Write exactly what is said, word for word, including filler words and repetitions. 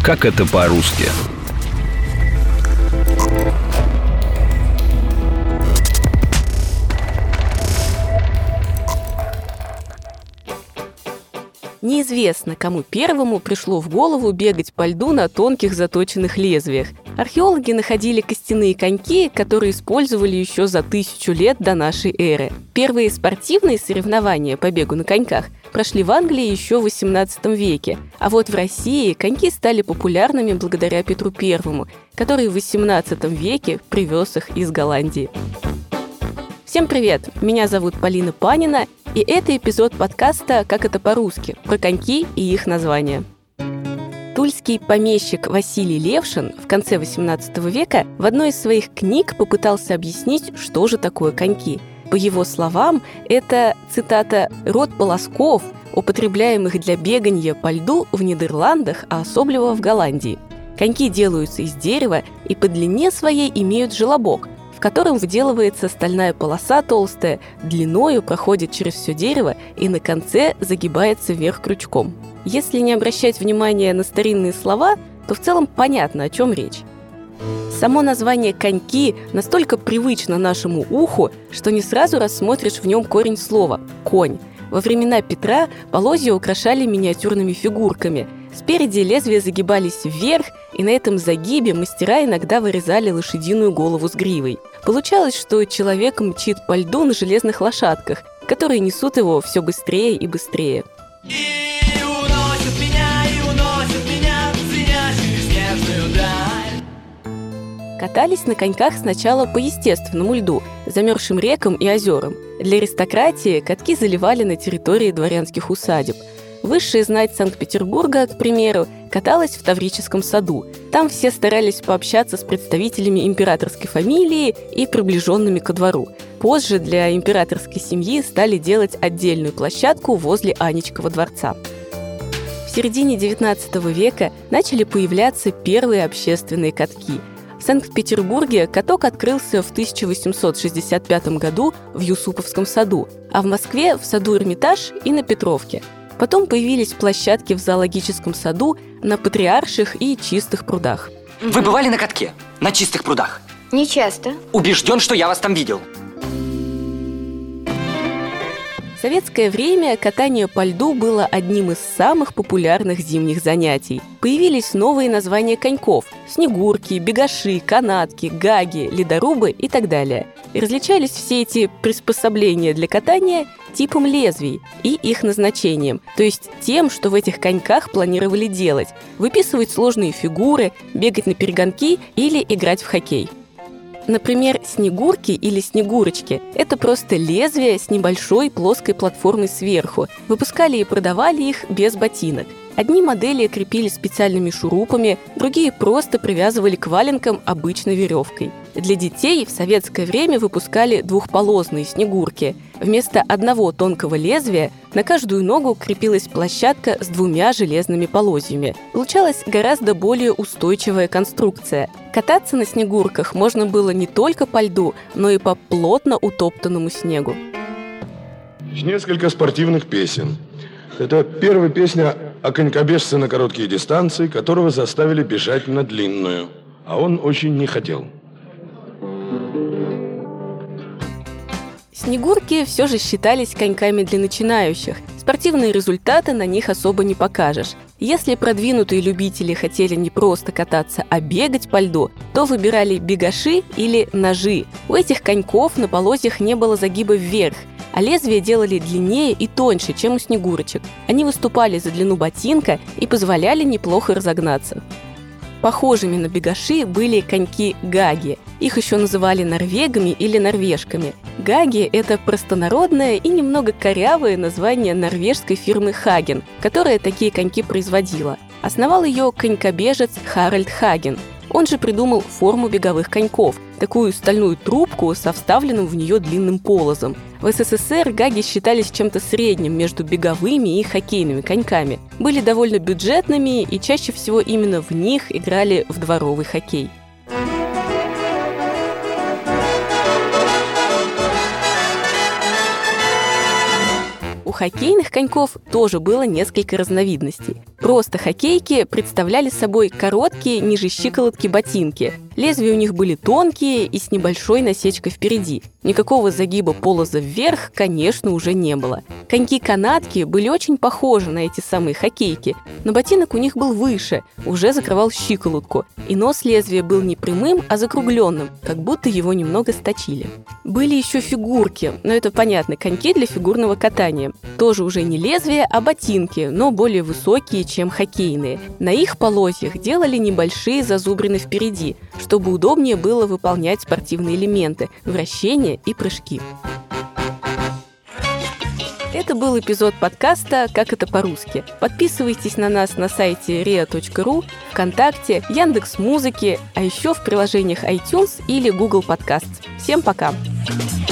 Как это по-русски? Неизвестно, кому первому пришло в голову бегать по льду на тонких заточенных лезвиях. Археологи находили костяные коньки, которые использовали еще за тысячу лет до нашей эры. Первые спортивные соревнования по бегу на коньках прошли в Англии еще в восемнадцатом веке, а вот в России коньки стали популярными благодаря Петру Первому, который в восемнадцатом веке привез их из Голландии. Всем привет! Меня зовут Полина Панина, и это эпизод подкаста «Как это по-русски» про коньки и их названия. Тульский помещик Василий Левшин в конце восемнадцатого века в одной из своих книг попытался объяснить, что же такое коньки. По его словам, это, цитата, «род полосков, употребляемых для бегания по льду в Нидерландах, а особливо в Голландии. Коньки делаются из дерева и по длине своей имеют желобок, в котором вделывается стальная полоса толстая, длиною проходит через все дерево и на конце загибается вверх крючком». Если не обращать внимания на старинные слова, то в целом понятно, о чем речь. Само название «коньки» настолько привычно нашему уху, что не сразу рассмотришь в нем корень слова «конь». Во времена Петра полозья украшали миниатюрными фигурками. Спереди лезвия загибались вверх, и на этом загибе мастера иногда вырезали лошадиную голову с гривой. Получалось, что человек мчит по льду на железных лошадках, которые несут его все быстрее и быстрее. И уносит меня, и уносит меня в звенящую снежную даль. Катались на коньках сначала по естественному льду, замерзшим рекам и озерам. Для аристократии катки заливали на территории дворянских усадеб. Высшая знать Санкт-Петербурга, к примеру, каталась в Таврическом саду. Там все старались пообщаться с представителями императорской фамилии и приближенными ко двору. Позже для императорской семьи стали делать отдельную площадку возле Анечкова дворца. В середине девятнадцатого века начали появляться первые общественные катки. В Санкт-Петербурге каток открылся в тысяча восемьсот шестьдесят пятом году в Юсуповском саду, а в Москве в саду Эрмитаж и на Петровке. Потом появились площадки в зоологическом саду, на Патриарших и Чистых прудах. Вы бывали на катке? На Чистых прудах? Не часто. Убежден, что я вас там видел. В советское время катание по льду было одним из самых популярных зимних занятий. Появились новые названия коньков – снегурки, бегаши, канатки, гаги, ледорубы и так далее. И различались все эти приспособления для катания типом лезвий и их назначением, то есть тем, что в этих коньках планировали делать – выписывать сложные фигуры, бегать на перегонки или играть в хоккей. Например, снегурки или снегурочки – это просто лезвие с небольшой плоской платформой сверху. Выпускали и продавали их без ботинок. Одни модели крепили специальными шурупами, другие просто привязывали к валенкам обычной веревкой. Для детей в советское время выпускали двухполосные снегурки. Вместо одного тонкого лезвия на каждую ногу крепилась площадка с двумя железными полозьями. Получалась гораздо более устойчивая конструкция. Кататься на снегурках можно было не только по льду, но и по плотно утоптанному снегу. Несколько спортивных песен. Это первая песня о конькобежце на короткие дистанции, которого заставили бежать на длинную, а он очень не хотел. Снегурки все же считались коньками для начинающих. Спортивные результаты на них особо не покажешь. Если продвинутые любители хотели не просто кататься, а бегать по льду, то выбирали бегаши или ножи. У этих коньков на полозьях не было загиба вверх, а лезвия делали длиннее и тоньше, чем у снегурочек. Они выступали за длину ботинка и позволяли неплохо разогнаться. Похожими на бегаши были коньки-гаги. Их еще называли норвегами или норвежками. Гаги – это простонародное и немного корявое название норвежской фирмы Хаген, которая такие коньки производила. Основал ее конькобежец Харальд Хаген. Он же придумал форму беговых коньков – такую стальную трубку со вставленным в нее длинным полозом. В СССР гаги считались чем-то средним между беговыми и хоккейными коньками. Были довольно бюджетными, и чаще всего именно в них играли в дворовый хоккей. У хоккейных коньков тоже было несколько разновидностей. Просто хоккейки представляли собой короткие ниже щиколотки ботинки. Лезвия у них были тонкие и с небольшой насечкой впереди. Никакого загиба полоза вверх, конечно, уже не было. Коньки-канатки были очень похожи на эти самые хоккейки, но ботинок у них был выше, уже закрывал щиколотку, и нос лезвия был не прямым, а закругленным, как будто его немного сточили. Были еще фигурки, но это понятно, коньки для фигурного катания. Тоже уже не лезвия, а ботинки, но более высокие, чем хоккейные. На их полозьях делали небольшие зазубрины впереди, чтобы удобнее было выполнять спортивные элементы – вращения и прыжки. Это был эпизод подкаста «Как это по-русски». Подписывайтесь на нас на сайте риа точка ру, ВКонтакте, Яндекс.Музыке, а еще в приложениях iTunes или Google Podcasts. Всем пока!